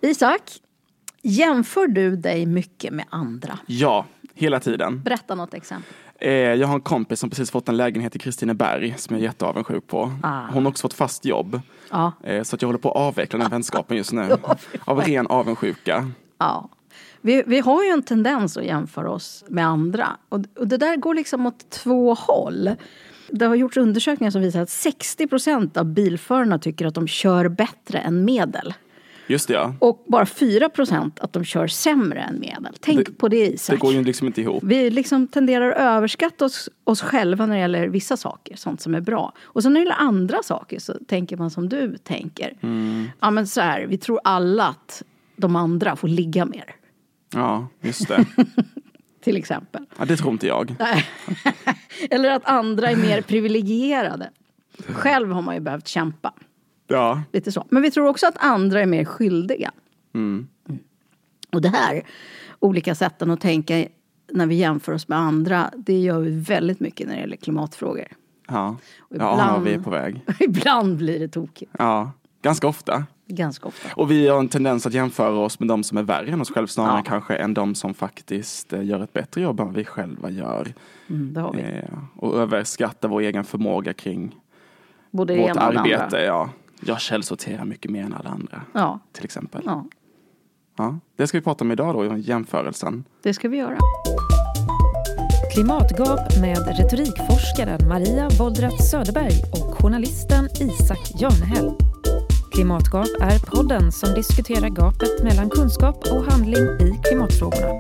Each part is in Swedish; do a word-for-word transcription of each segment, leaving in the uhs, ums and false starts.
Isak, jämför du dig mycket med andra? Ja, hela tiden. Berätta något exempel. Eh, jag har en kompis som precis fått en lägenhet i Kristineberg som jag är jätteavundsjuk på. Ah. Hon har också fått fast jobb. Ja. Eh, så att jag håller på att avveckla den vänskapen just nu. Av ren avundsjuka. Ja. Vi, vi har ju en tendens att jämföra oss med andra. Och, och det där går liksom åt två håll. Det har gjorts undersökningar som visar att sextio procent av bilförarna tycker att de kör bättre än medel. Just det, ja. Och bara fyra procent att de kör sämre än medel. Tänk det, på det, Isak. Det går ju liksom inte ihop. Vi liksom tenderar att överskatta oss, oss själva när det gäller vissa saker. Sånt som är bra. Och sen när det gäller andra saker så tänker man som du tänker. Mm. Ja, men så här, vi tror alla att de andra får ligga mer. Ja, just det. Till exempel. Ja, det tror inte jag. Eller att andra är mer privilegierade. Själv har man ju behövt kämpa. Ja. Lite så. Men vi tror också att andra är mer skyldiga. Mm. Mm. Och det här, olika sätten att tänka när vi jämför oss med andra, det gör vi väldigt mycket när det gäller klimatfrågor. Ja, och ibland, ja vi är på väg. Ibland blir det tokigt. Ja, ganska ofta. Ganska ofta. Och vi har en tendens att jämföra oss med de som är värre än oss själv snarare ja. kanske än de som faktiskt gör ett bättre jobb än vad vi själva gör. Mm, det har vi. Eh, och överskatta vår egen förmåga kring både vårt ena och arbete. andra. Ja. Jag källsorterar mycket mer än alla andra. Ja. Till exempel. Ja. Ja, det ska vi prata om idag då, i jämförelsen. Det ska vi göra. Klimatgap med retorikforskaren Maria Wollratz Söderberg och journalisten Isak Jörnehäll. Klimatgap är podden som diskuterar gapet mellan kunskap och handling i klimatfrågorna.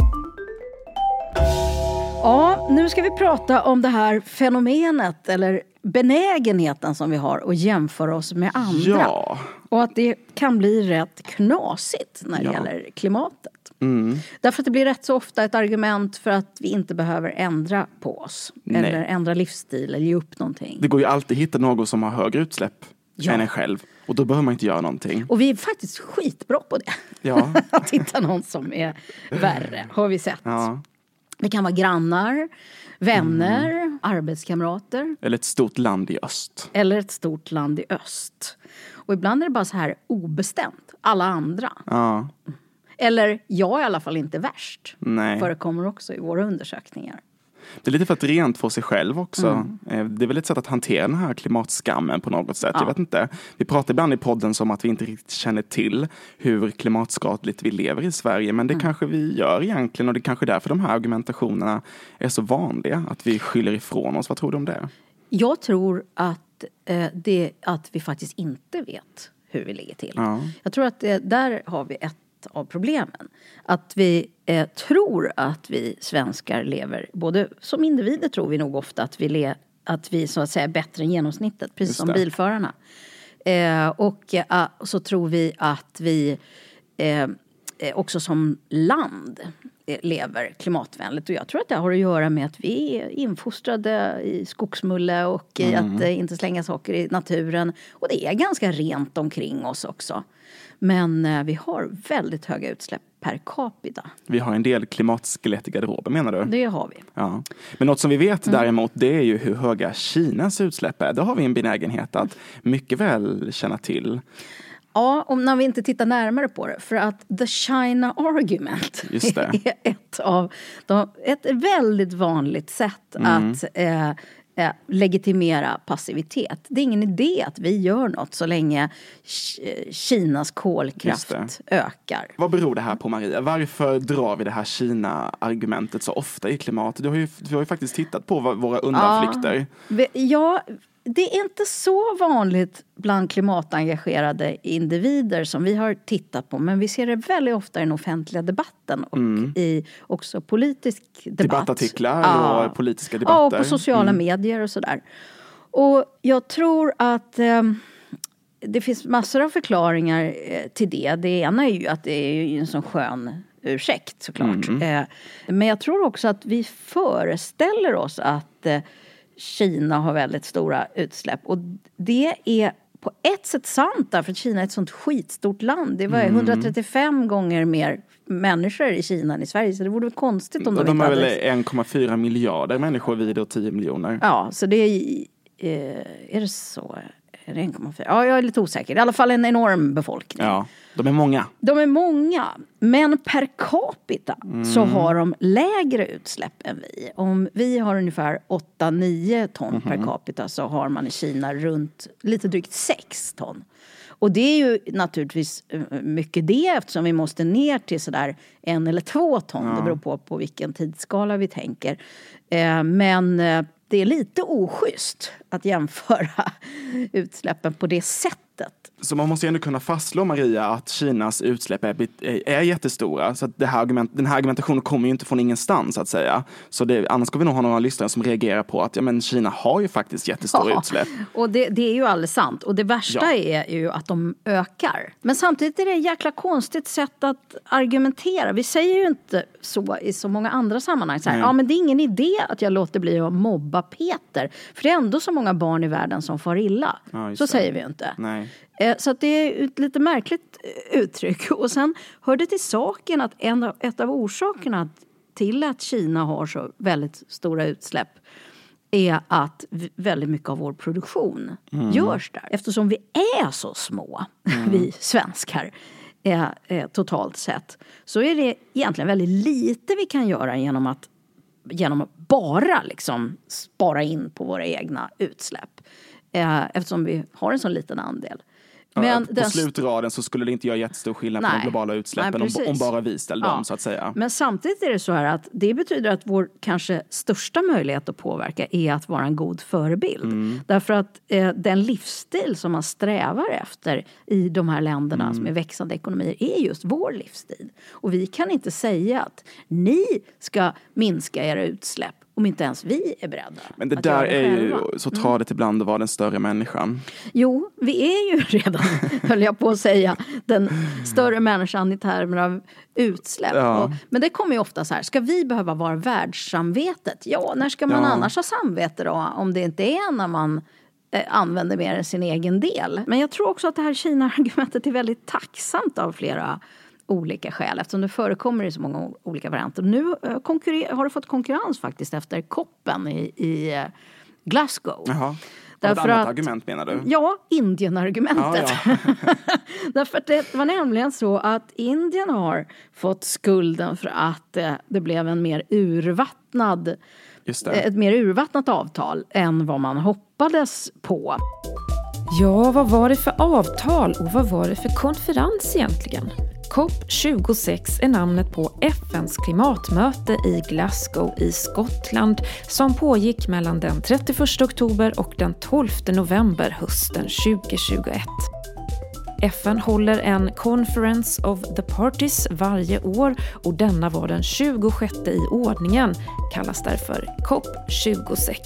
Ja, nu ska vi prata om det här fenomenet eller benägenheten som vi har att jämföra oss med andra. Ja. Och att det kan bli rätt knasigt när det Ja. gäller klimatet. Mm. Därför att det blir rätt så ofta ett argument för att vi inte behöver ändra på oss. Nej. Eller ändra livsstil eller ge upp någonting. Det går ju alltid att hitta någon som har högre utsläpp Ja. än en själv. Och då behöver man inte göra någonting. Och vi är faktiskt skitbra på det. Ja. Att hitta någon som är värre, har vi sett. Ja. Det kan vara grannar, vänner, mm. arbetskamrater. Eller ett stort land i öst. Eller ett stort land i öst. Och ibland är det bara så här obestämt. Alla andra. Ja. Eller jag är i alla fall inte värst. Nej. Förekommer också i våra undersökningar. Det är lite för att rent för sig själv också. Mm. Det är väl ett sätt att hantera den här klimatskammen på något sätt. Ja. Jag vet inte. Vi pratar ibland i podden som att vi inte riktigt känner till hur klimatskadligt vi lever i Sverige. Men det mm. kanske vi gör egentligen. Och det är kanske därför de här argumentationerna är så vanliga. Att vi skyller ifrån oss. Vad tror du om det? Jag tror att, eh, det, att vi faktiskt inte vet hur vi ligger till. Ja. Jag tror att det, där har vi ett av problemen. Att vi eh, tror att vi svenskar lever, både som individer tror vi nog ofta att vi, le, att vi så att säga är bättre än genomsnittet, precis som bilförarna. Eh, och eh, så tror vi att vi eh, också som land eh, lever klimatvänligt. Och jag tror att det har att göra med att vi är infostrade i skogsmulle och i mm. att eh, inte slänga saker i naturen. Och det är ganska rent omkring oss också. Men eh, vi har väldigt höga utsläpp per capita. Vi har en del klimatskelett i garderoben, menar du? Det har vi. Ja. Men något som vi vet mm. däremot, det är ju hur höga Kinas utsläpp är. Då har vi en benägenhet att mycket väl känna till. Ja, om när vi inte tittar närmare på det. För att the China argument Just det. är ett av de, ett väldigt vanligt sätt mm. att eh, eh, legitimera passivitet. Det är ingen idé att vi gör något så länge Kinas kolkraft ökar. Vad beror det här på, Maria? Varför drar vi det här Kina-argumentet så ofta i klimatet? Du har ju, du har ju faktiskt tittat på våra undanflykter. Ja, ja, det är inte så vanligt bland klimatengagerade individer som vi har tittat på. Men vi ser det väldigt ofta i den offentliga debatten och mm. i också politisk debatt. Debattartiklar ja. och politiska debatter. Ja, och på sociala mm. medier och sådär. Och jag tror att eh, det finns massor av förklaringar eh, till det. Det ena är ju att det är ju en sån skön ursäkt såklart. Mm. Eh, men jag tror också att vi föreställer oss att eh, Kina har väldigt stora utsläpp. Och det är på ett sätt sant därför att Kina är ett sånt skitstort land. Det var mm. hundratrettiofem gånger mer människor i Kina än i Sverige. Så det vore väl konstigt om de, de inte hade... hade... De har väl en komma fyra miljarder människor vid och tio miljoner. Ja, så det är... Eh, är det så? är det en komma fyra? Ja, jag är lite osäker. I alla fall en enorm befolkning. Ja, de är många. De är många, men per capita mm. så har de lägre utsläpp än vi. Om vi har ungefär åtta nio ton mm-hmm. per capita så har man i Kina runt lite drygt sex ton. Och det är ju naturligtvis mycket det eftersom vi måste ner till sådär en eller två ton. Ja. Det beror på på vilken tidsskala vi tänker. Eh, men det är lite oschysst att jämföra utsläppen på det sättet. Så man måste ju ändå kunna fastslå, Maria, att Kinas utsläpp är, är jättestora. Så att det här argument, den här argumentationen kommer ju inte från ingenstans, så att säga. Så det, annars ska vi nog ha några lyssnare som reagerar på att ja, men Kina har ju faktiskt jättestora ja, utsläpp. Och det, det är ju alldeles sant. Och det värsta ja. är ju att de ökar. Men samtidigt är det ett jäkla konstigt sätt att argumentera. Vi säger ju inte så i så många andra sammanhang. Så här, ja, men det är ingen idé att jag låter bli att mobba Peter. För det är ändå så många barn i världen som far illa. Ja, så det. Säger vi ju inte. Nej. Så att det är ett lite märkligt uttryck. Och sen hör det till saken att en av, ett av orsakerna till att Kina har så väldigt stora utsläpp är att väldigt mycket av vår produktion mm. görs där. Eftersom vi är så små, mm. vi svenskar, är, är, totalt sett, så är det egentligen väldigt lite vi kan göra genom att, genom att bara liksom spara in på våra egna utsläpp. Eftersom vi har en sån liten andel. Men på den... slutraden så skulle det inte göra jättestor skillnad nej, på de globala utsläppen om, om bara vi ställde ja. dem, så att säga. Men samtidigt är det så här att det betyder att vår kanske största möjlighet att påverka är att vara en god förebild. Mm. Därför att eh, den livsstil som man strävar efter i de här länderna mm. som är växande ekonomier är just vår livsstil. Och vi kan inte säga att ni ska minska era utsläpp om inte ens vi är beredda. Men det där det är ju så tradigt mm. ibland att vara den större människan. Jo, vi är ju redan, höll jag på att säga, den större människan i termer av utsläpp. Ja. Och, men det kommer ju ofta så här, ska vi behöva vara världssamvetet? Ja, när ska man ja. annars ha samvete då? Om det inte är när man eh, använder mer än sin egen del. Men jag tror också att det här Kina-argumentet är väldigt tacksamt av flera olika skäl, eftersom det förekommer i så många olika varianter. Nu konkurrer- har det fått konkurrens faktiskt efter koppen i, i Glasgow. Jaha. Därför ett annat att, argument menar du? Ja, Indien-argumentet. Ja, ja. Därför att det var nämligen så att Indien har fått skulden för att eh, det blev en mer urvattnad, Just det. ett mer urvattnat avtal än vad man hoppades på. Ja, vad var det för avtal och vad var det för konferens egentligen? C O P tjugosex är namnet på F N:s klimatmöte i Glasgow i Skottland som pågick mellan den trettioförsta oktober och den tolfte november hösten tjugohundratjugoett. F N håller en Conference of the Parties varje år och denna var den tjugosjätte i ordningen, kallas därför C O P tjugosex.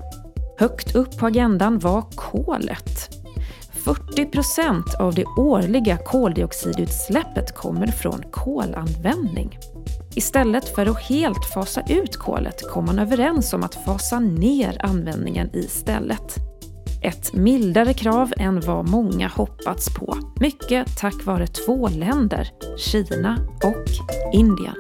Högt upp på agendan var kolet. fyrtio procent av det årliga koldioxidutsläppet kommer från kolanvändning. Istället för att helt fasa ut kolet kom man överens om att fasa ner användningen istället. Ett mildare krav än vad många hoppats på. Mycket tack vare två länder, Kina och Indien.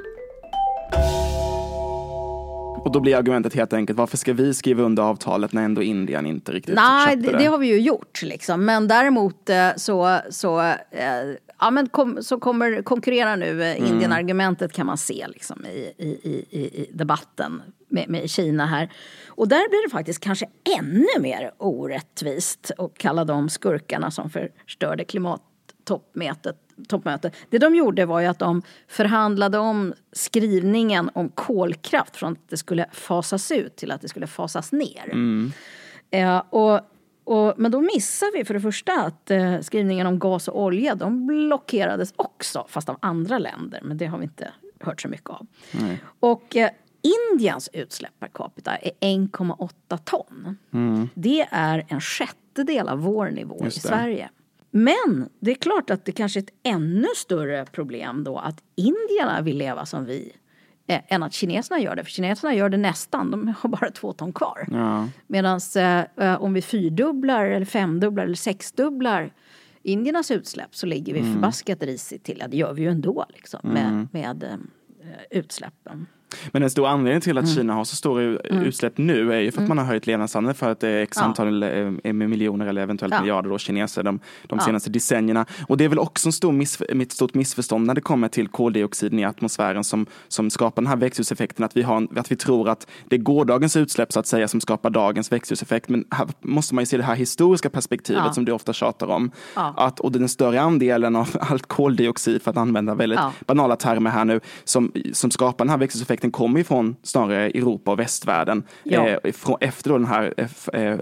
Och då blir argumentet helt enkelt, varför ska vi skriva under avtalet när ändå Indien inte riktigt Nej, köpte det? Nej, det har vi ju gjort liksom. Men däremot så, så, eh, ja, men kom, så kommer konkurrera nu mm. Indien-argumentet kan man se liksom, i, i, i, i debatten med, med Kina här. Och där blir det faktiskt kanske ännu mer orättvist att kalla de skurkarna som förstörde klimattoppmötet. Toppmöte. Det de gjorde var ju att de förhandlade om skrivningen om kolkraft från att det skulle fasas ut till att det skulle fasas ner. Mm. Eh, och, och, men då missar vi för det första att eh, skrivningen om gas och olja, de blockerades också, fast av andra länder. Men det har vi inte hört så mycket av. Mm. Och eh, Indiens utsläpp per capita är en komma åtta ton. Mm. Det är en sjättedel av vår nivå i Sverige. Men det är klart att det kanske är ett ännu större problem då att indierna vill leva som vi eh, än att kineserna gör det. För kineserna gör det nästan, de har bara två ton kvar. Ja. Medan eh, om vi fyrdubblar eller femdubblar eller sexdubblar indiernas utsläpp så ligger vi mm. förbaskat risigt till. Ja, det gör vi ju ändå liksom, med, mm. med eh, utsläppen. Men en stor anledning till att mm. Kina har så stora mm. utsläpp nu är ju för att mm. man har höjt levnadsstandarden för att det är x antal ja. miljoner eller eventuellt ja. miljarder då kineser de, de ja. senaste decennierna. Och det är väl också en stor miss, ett stort missförstånd när det kommer till koldioxiden i atmosfären som, som skapar den här växthuseffekten. Att vi, har en, att vi tror att det är gårdagens utsläpp så att säga som skapar dagens växthuseffekt. Men här måste man ju se det här historiska perspektivet ja. som du ofta tjatar om. Ja. Att, och den större andelen av allt koldioxid, för att använda väldigt ja. banala termer här nu, som, som skapar den här växthuseffekten kommer ifrån snarare Europa och västvärlden ja. eh, från, efter då den här eh,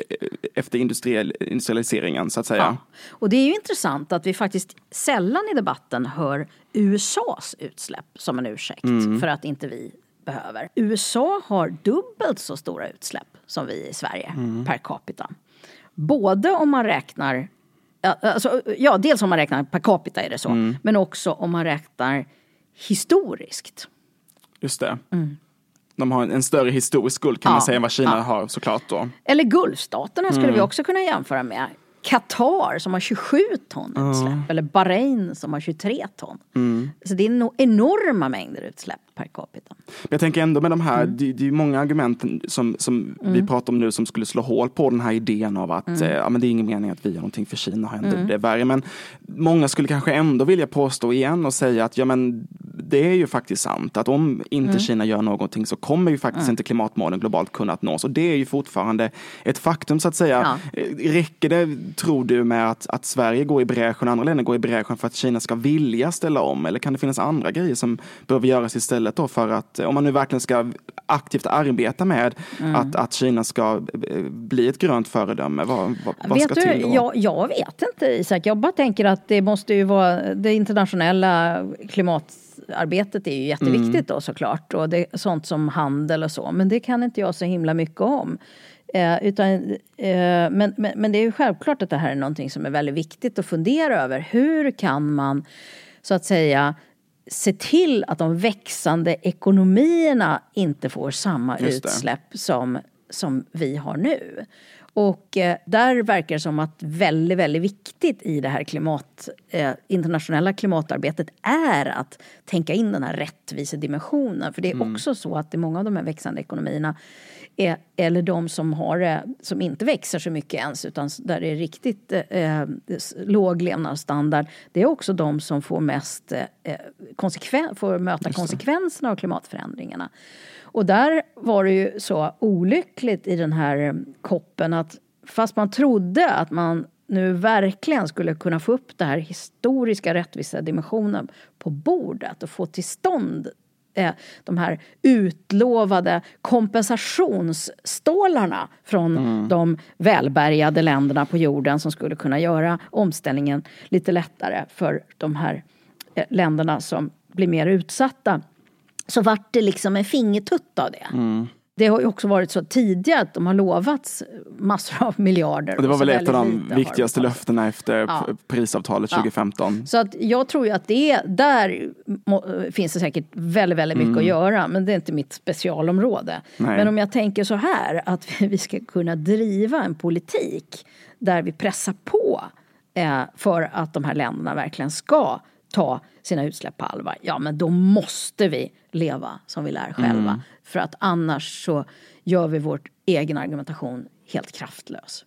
efter industriell, industrialiseringen så att säga. Ja. Och det är ju intressant att vi faktiskt sällan i debatten hör U S A:s utsläpp som en ursäkt mm. för att inte vi behöver. U S A har dubbelt så stora utsläpp som vi i Sverige mm. per capita. Både om man räknar alltså, ja, dels om man räknar per capita är det så, mm. men också om man räknar historiskt. Just det. Mm. De har en större historisk skuld kan ja, man säga än vad Kina ja. har såklart då. Eller Gulfstaterna skulle mm. vi också kunna jämföra med. Qatar som har tjugosju ton utsläpp. Mm. Eller Bahrain som har tjugotre ton. Mm. Så det är no- enorma mängder utsläpp per capita. Jag tänker ändå med de här, mm. det, det är många argument som, som mm. vi pratar om nu som skulle slå hål på den här idén av att mm. eh, ja, men det är ingen mening att vi gör någonting för Kina har ändå mm. det värre. Men många skulle kanske ändå vilja påstå igen och säga att ja, men det är ju faktiskt sant att om inte mm. Kina gör någonting så kommer ju faktiskt mm. inte klimatmålen globalt kunna att nås. Och det är ju fortfarande ett faktum så att säga. Ja. Räcker det, tror du, med att, att Sverige går i bräschen och andra länder går i bräschen för att Kina ska vilja ställa om? Eller kan det finnas andra grejer som behöver göras istället då för att, om man nu verkligen ska aktivt arbeta med mm. att, att Kina ska bli ett grönt föredöme, vad, vad, vad ska du, till då? Jag, jag vet inte, Isak. Jag bara tänker att det måste ju vara det internationella klimatarbetet är ju jätteviktigt mm. då såklart. Och det är sånt som handel och så. Men det kan inte jag så himla mycket om. Eh, utan, eh, men, men, men det är ju självklart att det här är någonting som är väldigt viktigt att fundera över. Hur kan man så att säga se till att de växande ekonomierna inte får samma utsläpp som, som vi har nu. Och eh, där verkar det som att väldigt, väldigt viktigt i det här klimat, eh, internationella klimatarbetet är att tänka in den här rättvisedimensionen. För det är mm. också så att det många av de här växande ekonomierna är, eller de som har eh, som inte växer så mycket ens utan där det är riktigt eh, låg levnadsstandard, det är också de som får mest eh, konsekven- får möta konsekvenserna av klimatförändringarna. Och där var det ju så olyckligt i den här koppen att fast man trodde att man nu verkligen skulle kunna få upp det här historiska rättvisa dimensionen på bordet och få till stånd eh, de här utlovade kompensationsstålarna från mm. de välbärgade länderna på jorden som skulle kunna göra omställningen lite lättare för de här eh, länderna som blir mer utsatta. Så vart det liksom en fingertutt av det. Mm. Det har ju också varit så tidigt att de har lovats massor av miljarder. Och det var väl ett av de viktigaste löftena efter ja. Parisavtalet tjugo femton. Ja. Så att jag tror ju att det är, där må, finns det säkert väldigt, väldigt mycket mm. att göra. Men det är inte mitt specialområde. Nej. Men om jag tänker så här, att vi ska kunna driva en politik där vi pressar på eh, för att de här länderna verkligen ska ta sina utsläpp på allvar. Ja, men då måste vi leva som vi lär själva. Mm. För att annars så gör vi vår egen argumentation helt kraftlös.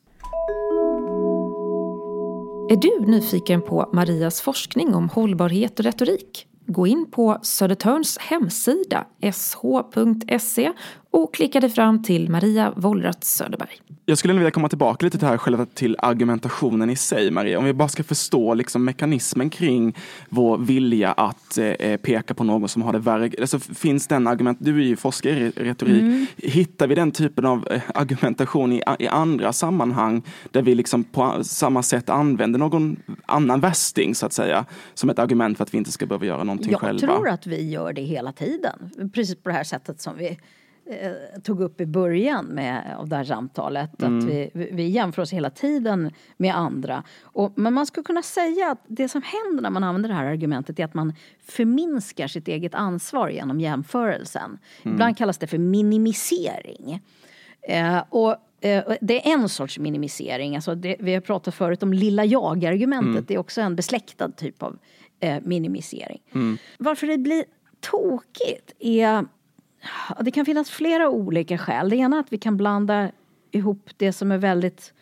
Är du nyfiken på Marias forskning om hållbarhet och retorik? Gå in på Södertörns hemsida s h punkt s e och klicka dig fram till Maria Wollratz Söderberg. Jag skulle vilja komma tillbaka lite till, här, själva till argumentationen i sig, Maria. Om vi bara ska förstå liksom, mekanismen kring vår vilja att eh, peka på någon som har det värre. Alltså, finns den argument, du är ju forskare i retorik. Mm. Hittar vi den typen av eh, argumentation i, i andra sammanhang där vi liksom på samma sätt använder någon annan värsting så att säga som ett argument för att vi inte ska behöva göra någonting jag själva? Jag tror att vi gör det hela tiden. Precis på det här sättet som vi tog upp i början med, av det här samtalet. Mm. Att vi, vi jämför oss hela tiden med andra. Och, men man skulle kunna säga att det som händer när man använder det här argumentet är att man förminskar sitt eget ansvar genom jämförelsen. Mm. Ibland kallas det för minimisering. Eh, och eh, det är en sorts minimisering. Alltså det, vi har pratat förut om lilla jag-argumentet. Mm. Det är också en besläktad typ av eh, minimisering. Mm. Varför det blir tokigt är det kan finnas flera olika skäl. Det ena är att vi kan blanda ihop det som är väldigt...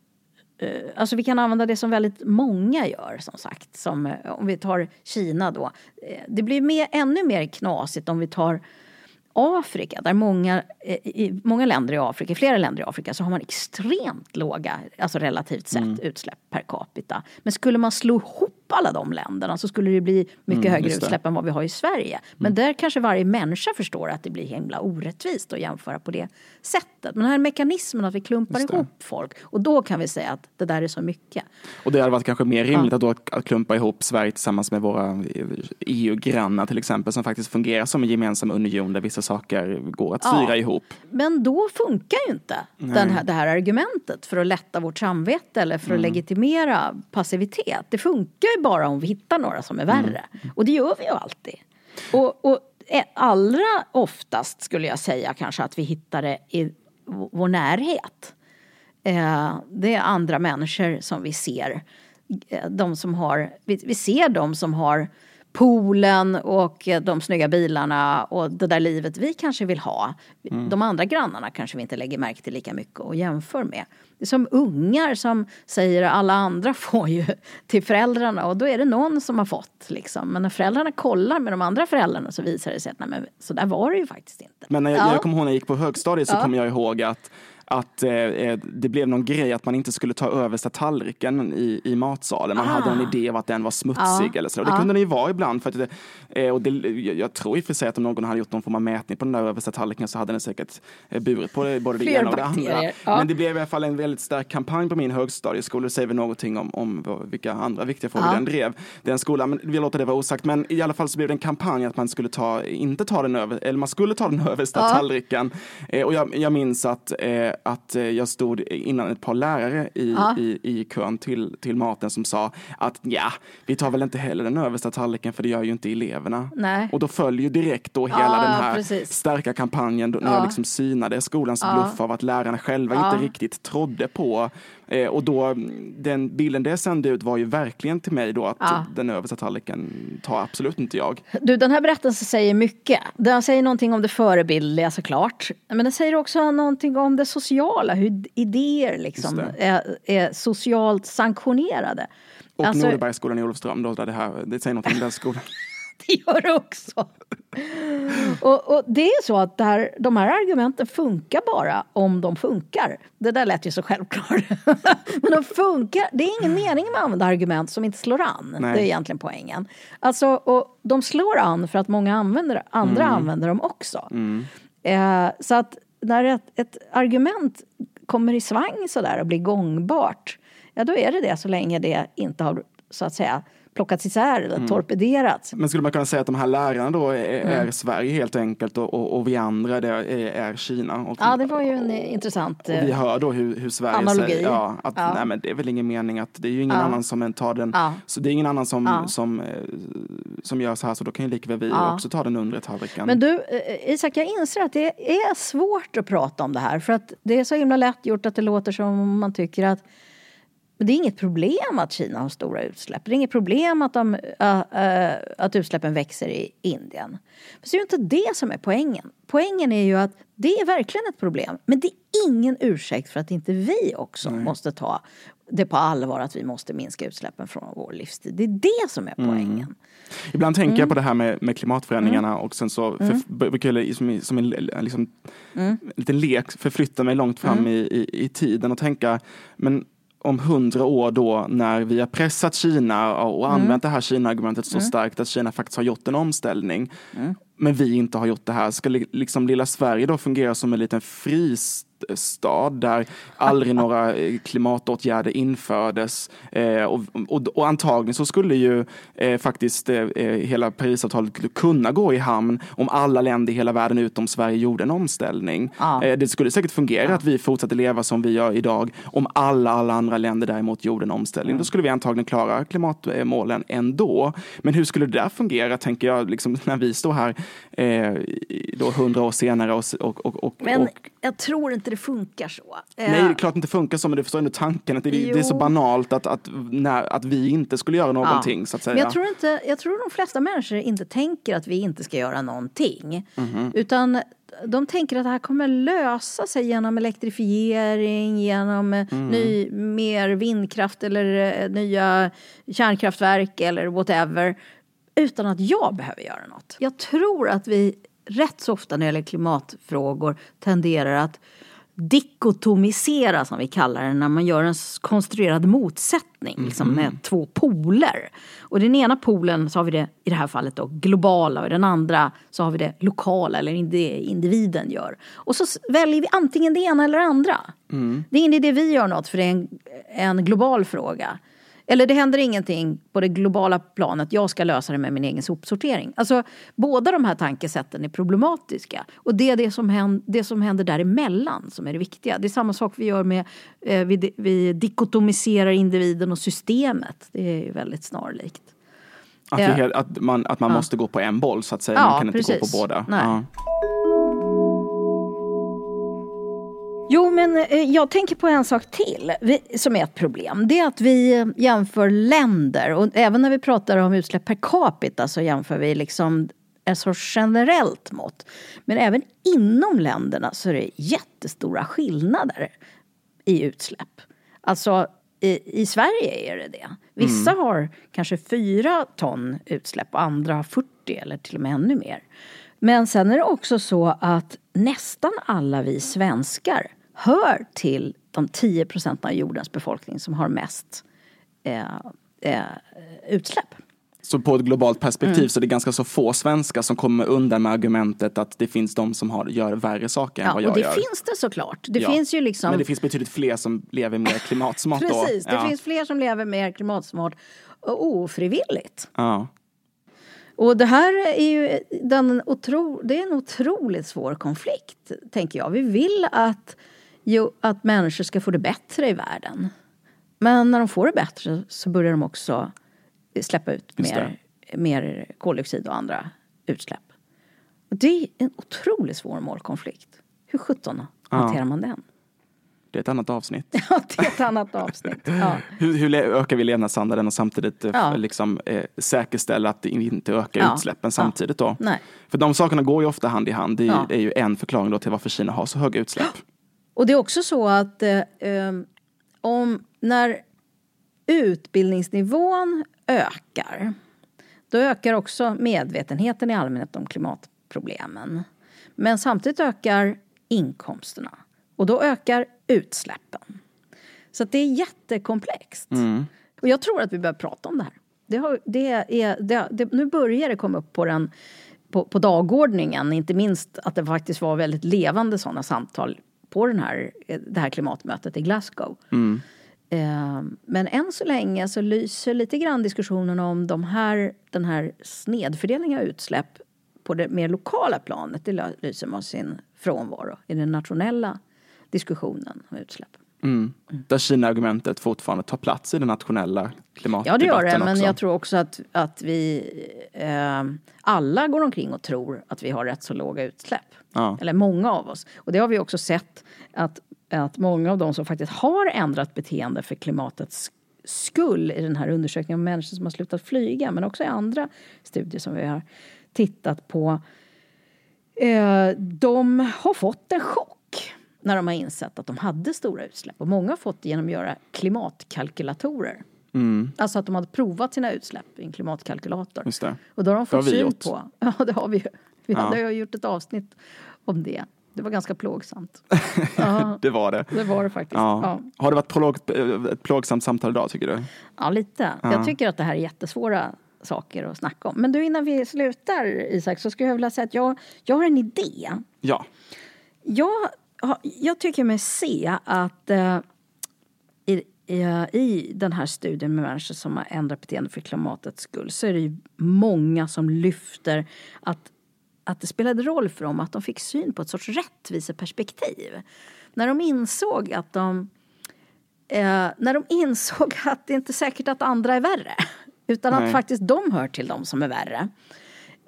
Alltså vi kan använda det som väldigt många gör, som sagt. Som, om vi tar Kina då. Det blir mer, ännu mer knasigt om vi tar Afrika. Där många, i många länder i Afrika, i flera länder i Afrika, så har man extremt låga, alltså relativt sett, mm. utsläpp per capita. Men skulle man slå ihop alla de länderna så skulle det bli mycket mm, högre utsläpp än vad vi har i Sverige. Men mm. där kanske varje människa förstår att det blir himla orättvist att jämföra på det sättet. Men den här mekanismen att vi klumpar ihop folk, och då kan vi säga att det där är så mycket. Och det hade varit kanske mer rimligt ja. att, då att klumpa ihop Sverige tillsammans med våra E U-grannar till exempel, som faktiskt fungerar som en gemensam union där vissa saker går att styra ja. ihop. Men då funkar ju inte den här, det här argumentet för att lätta vårt samvete eller för att mm. legitimera passivitet. Det funkar ju bara om vi hittar några som är värre. Mm. Och det gör vi ju alltid. Och, och allra oftast skulle jag säga kanske att vi hittar det i vår närhet. Eh, det är andra människor som vi ser. De som har, vi, vi ser de som har poolen och de snygga bilarna och det där livet vi kanske vill ha. Mm. De andra grannarna kanske vi inte lägger märke till lika mycket och jämför med. Det är som ungar som säger att alla andra får ju till föräldrarna, och då är det någon som har fått liksom. Men när föräldrarna kollar med de andra föräldrarna så visar det sig att nej, men så där var det ju faktiskt inte. Men när jag, ja. jag kommer ihåg när jag gick på högstadiet så ja. kommer jag ihåg att att eh, det blev någon grej att man inte skulle ta översta tallriken i, i matsalen. Man ah. hade en idé om att den var smutsig ah. eller så. Och det ah. kunde den ju vara ibland. För att det, eh, och det, jag tror i och för sig att om någon hade gjort någon form av mätning på den där översta tallriken så hade den säkert eh, burit på det, både det ena och det andra. Ja. Men det blev i alla fall en väldigt stark kampanj på min högstadieskola. Det säger vi någonting om, om vilka andra viktiga frågor ah. den drev. Den skolan, men vi låter det vara osagt. Men i alla fall så blev det en kampanj att man skulle ta, inte ta den över, eller man skulle ta den översta ah. tallriken. Eh, och jag, jag minns att eh, att jag stod innan ett par lärare i, ja. i, i kön till, till maten som sa att ja, vi tar väl inte heller den översta tallriken för det gör ju inte eleverna. Nej. Och då följer ju direkt då hela ja, den här precis. starka kampanjen då, när ja. jag liksom synade skolans ja. bluff av att lärarna själva ja. inte riktigt trodde på. Eh, och då, den bilden det sände ut var ju verkligen till mig då att ja. den översta tallriken tar absolut inte jag. Du, den här berättelsen säger mycket. Den säger någonting om det förebildliga såklart. Men den säger också någonting om det sociala. Hur idéer liksom är, är socialt sanktionerade. Och alltså, Norbergsskolan i Olofström, då, där det, här, det säger någonting om den skolan. Det gör det också. och, och det är så att det här, de här argumenten funkar bara om de funkar. Det där lät ju så självklart. Men de funkar. Det är ingen mening med att använda argument som inte slår an. Nej. Det är egentligen poängen. Alltså, och de slår an för att många använder, andra mm. använder dem också. Mm. Eh, så att när ett, ett argument kommer i svang sådär och blir gångbart, ja då är det det så länge det inte har så att säga plockats isär eller mm. torpederats. Men skulle man kunna säga att de här lärarna då är, mm. är Sverige helt enkelt och, och, och vi andra det är, är Kina? Och, ja, det var ju en intressant och vi hör då hur, hur Sverige analogi. säger ja, att ja. nej, men det är väl ingen mening att det är ju ingen ja. annan som tar den ja. så det är ingen annan som, ja. som, som gör så här så då kan ju lika väl vi ja. också ta den undre tallriken. Men du, Isak, jag inser att det är svårt att prata om det här för att det är så himla lätt gjort att det låter som man tycker att men det är inget problem att Kina har stora utsläpp. Det är inget problem att, de, äh, äh, att utsläppen växer i Indien. Men det är ju inte det som är poängen. Poängen är ju att det är verkligen ett problem. Men det är ingen ursäkt för att inte vi också Nej. måste ta det på allvar att vi måste minska utsläppen från vår livstid. Det är det som är poängen. Mm. Ibland tänker mm. jag på det här med, med klimatförändringarna mm. och sen så mm. brukar jag som, som en liksom, mm. liten lek förflytta mig långt fram mm. i, i, i tiden och tänka men om hundra år då när vi har pressat Kina och mm. använt det här Kina-argumentet så mm. starkt att Kina faktiskt har gjort en omställning mm. men vi inte har gjort det här. Ska liksom lilla Sverige då fungera som en liten fristad där aldrig några klimatåtgärder infördes eh, och, och, och antagligen så skulle ju eh, faktiskt eh, hela Parisavtalet kunna gå i hamn om alla länder i hela världen utom Sverige gjorde en omställning. Ja. Eh, det skulle säkert fungera ja. att vi fortsätter leva som vi gör idag om alla, alla andra länder däremot gjorde en omställning. Mm. Då skulle vi antagligen klara klimatmålen ändå. Men hur skulle det där fungera tänker jag liksom, när vi står här eh, då hundra år senare och, och, och, och, Men... och jag tror inte det funkar så. Nej, det är klart inte funkar så, men det förstår ändå tanken. Att det, det är så banalt att, att, när, att vi inte skulle göra någonting, ja. Så att säga. Men jag tror, inte, jag tror de flesta människor inte tänker att vi inte ska göra någonting. Mm-hmm. Utan de tänker att det här kommer lösa sig genom elektrifiering, genom mm. ny, mer vindkraft eller nya kärnkraftverk eller whatever. Utan att jag behöver göra något. Jag tror att vi rätt så ofta när det gäller klimatfrågor tenderar att dikotomisera, som vi kallar det, när man gör en konstruerad motsättning mm. liksom med två poler. Och den ena polen så har vi det i det här fallet då globala, och i den andra så har vi det lokala, eller det individen gör. Och så väljer vi antingen det ena eller det andra. Mm. Det är inte det vi gör något, för det är en, en global fråga. Eller det händer ingenting på det globala planet. Jag ska lösa det med min egen sopsortering. Alltså båda de här tankesätten är problematiska. Och det är det som händer, det som händer däremellan som är det viktiga. Det är samma sak vi gör med, eh, vi, vi dikotomiserar individen och systemet. Det är ju väldigt snarlikt. Att, vi, att man, att man ja. måste gå på en boll så att säga. Ja, man kan inte precis. gå på båda. Nej. Ja. Jo, men jag tänker på en sak till vi, som är ett problem. Det är att vi jämför länder, och även när vi pratar om utsläpp per capita så jämför vi liksom ett sorts generellt mått. Men även inom länderna så är det jättestora skillnader i utsläpp. Alltså i, i Sverige är det det. Vissa mm. har kanske fyra ton utsläpp och andra har fyrtio eller till och med ännu mer. Men sen är det också så att nästan alla vi svenskar hör till de tio procent av jordens befolkning som har mest eh, eh, utsläpp. Så på ett globalt perspektiv mm. så är det ganska så få svenskar som kommer undan med argumentet att det finns de som har, gör värre saker än ja, vad jag och det gör. finns det såklart. Det ja. finns ju liksom... Men det finns betydligt fler som lever mer klimatsmart. Precis, då. det ja. finns fler som lever mer klimatsmart och ofrivilligt. Ja. Och det här är ju den otro, det är en otroligt svår konflikt, tänker jag. Vi vill att, jo, att människor ska få det bättre i världen. Men när de får det bättre så börjar de också släppa ut mer, mer koldioxid och andra utsläpp. Och det är en otroligt svår målkonflikt. Hur sjutton hanterar ja. man den? Det är ett annat avsnitt. Ja, det är ett annat avsnitt. Ja. hur, hur ökar vi levnadsstandarden och samtidigt ja. liksom, eh, säkerställa att det inte ökar ja. utsläppen samtidigt då? Nej. För de sakerna går ju ofta hand i hand. Det är, ja. ju, det är ju en förklaring då till varför Kina har så höga utsläpp. Och det är också så att eh, om när utbildningsnivån ökar, då ökar också medvetenheten i allmänhet om klimatproblemen. Men samtidigt ökar inkomsterna. Och då ökar utsläppen. Så att det är jättekomplext. Mm. Och jag tror att vi behöver prata om det här. Det har, det är, det, det, nu börjar det komma upp på, den, på, på dagordningen. Inte minst att det faktiskt var väldigt levande sådana samtal på den här, det här klimatmötet i Glasgow. Mm. Eh, men än så länge så lyser lite grann diskussionen om de här, den här snedfördelningen av utsläpp på det mer lokala planet. Det lyser med sin frånvaro i den nationella diskussionen om utsläpp. Mm. Mm. Där Kina-argumentet fortfarande tar plats i den nationella klimatdebatten. Ja, det gör det, men också. jag tror också att, att vi eh, alla går omkring och tror att vi har rätt så låga utsläpp. Ja. Eller många av oss. Och det har vi också sett att, att många av de som faktiskt har ändrat beteende för klimatets skull i den här undersökningen om människor som har slutat flyga, men också i andra studier som vi har tittat på, eh, de har fått en chock när de har insett att de hade stora utsläpp. Och många har fått det genom att göra klimatkalkylatorer. Mm. Alltså att de hade provat sina utsläpp i en klimatkalkylator. Just det. Och då har de fått syn gjort. på. Ja, det har vi ju. Vi ja. hade ju gjort ett avsnitt om det. Det var ganska plågsamt. det var det. Det var det faktiskt. Ja. Ja. Har det varit plåg, ett plågsamt samtal idag, tycker du? Ja, lite. Ja. Jag tycker att det här är jättesvåra saker att snacka om. Men du, innan vi slutar, Isak, så skulle jag vilja säga att jag, jag har en idé. Ja. Jag, jag tycker mig se att uh, i, i, i den här studien med människor som har ändrat beteende för klimatets skull, så är det ju många som lyfter att att det spelade roll för dem att de fick syn på ett sorts rättviseperspektiv. När de insåg att de eh, när de insåg att det inte är säkert att andra är värre, utan Nej. att faktiskt de hör till dem som är värre.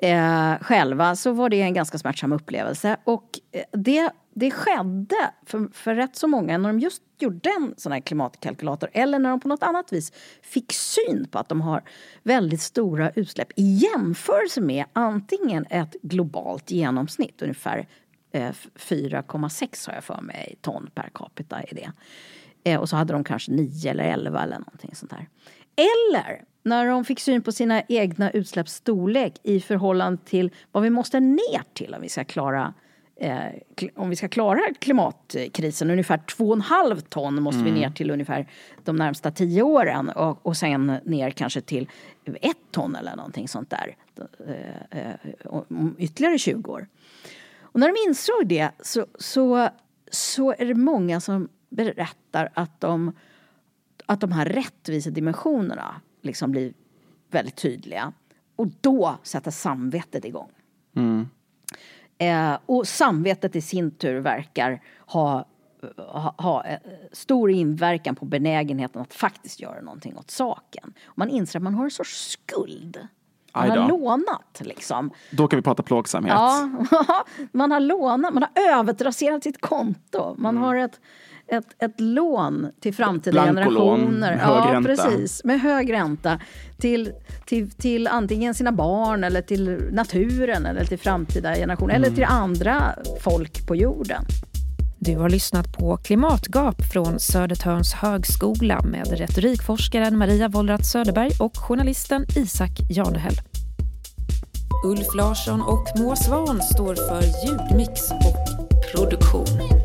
eh, själva så var det en ganska smärtsam upplevelse. Och eh, det, det skedde för, för rätt så många när de just gjorde en sån här klimatkalkylator. Eller när de på något annat vis fick syn på att de har väldigt stora utsläpp. I jämförelse med antingen ett globalt genomsnitt, ungefär eh, fyra komma sex har jag för mig ton per capita i det. Eh, och så hade de kanske nio eller elva eller någonting sånt där. Eller när de fick syn på sina egna utsläppsstorlek i förhållande till vad vi måste ner till om vi ska klara, eh, om vi ska klara klimatkrisen. Ungefär två och en halv ton måste mm. vi ner till ungefär de närmsta tio åren. Och, och sen ner kanske till ett ton eller någonting sånt där. Eh, eh, om ytterligare tjugo år. Och när de insåg det så, så, så är det många som berättar att de, att de här rättvisedimensionerna liksom blir väldigt tydliga. Och då sätter samvetet igång. Mm. Eh, och samvetet i sin tur verkar ha, ha, ha stor inverkan på benägenheten att faktiskt göra någonting åt saken. Man inser att man har en sorts skuld. Man har lånat liksom. Då kan vi prata plågsamhet. Ja, man har lånat, man har överdraserat sitt konto. Man mm. har ett, ett, ett lån till framtida generationer. Med hög ja, ränta. Precis, med hög ränta. Till, till, till antingen sina barn eller till naturen eller till framtida generationer. Mm. Eller till andra folk på jorden. Du har lyssnat på Klimatgap från Södertörns högskola med retorikforskaren Maria Wollratz Söderberg och journalisten Isak Jarnehäll. Ulf Larsson och Moa Svan står för ljudmix och produktion.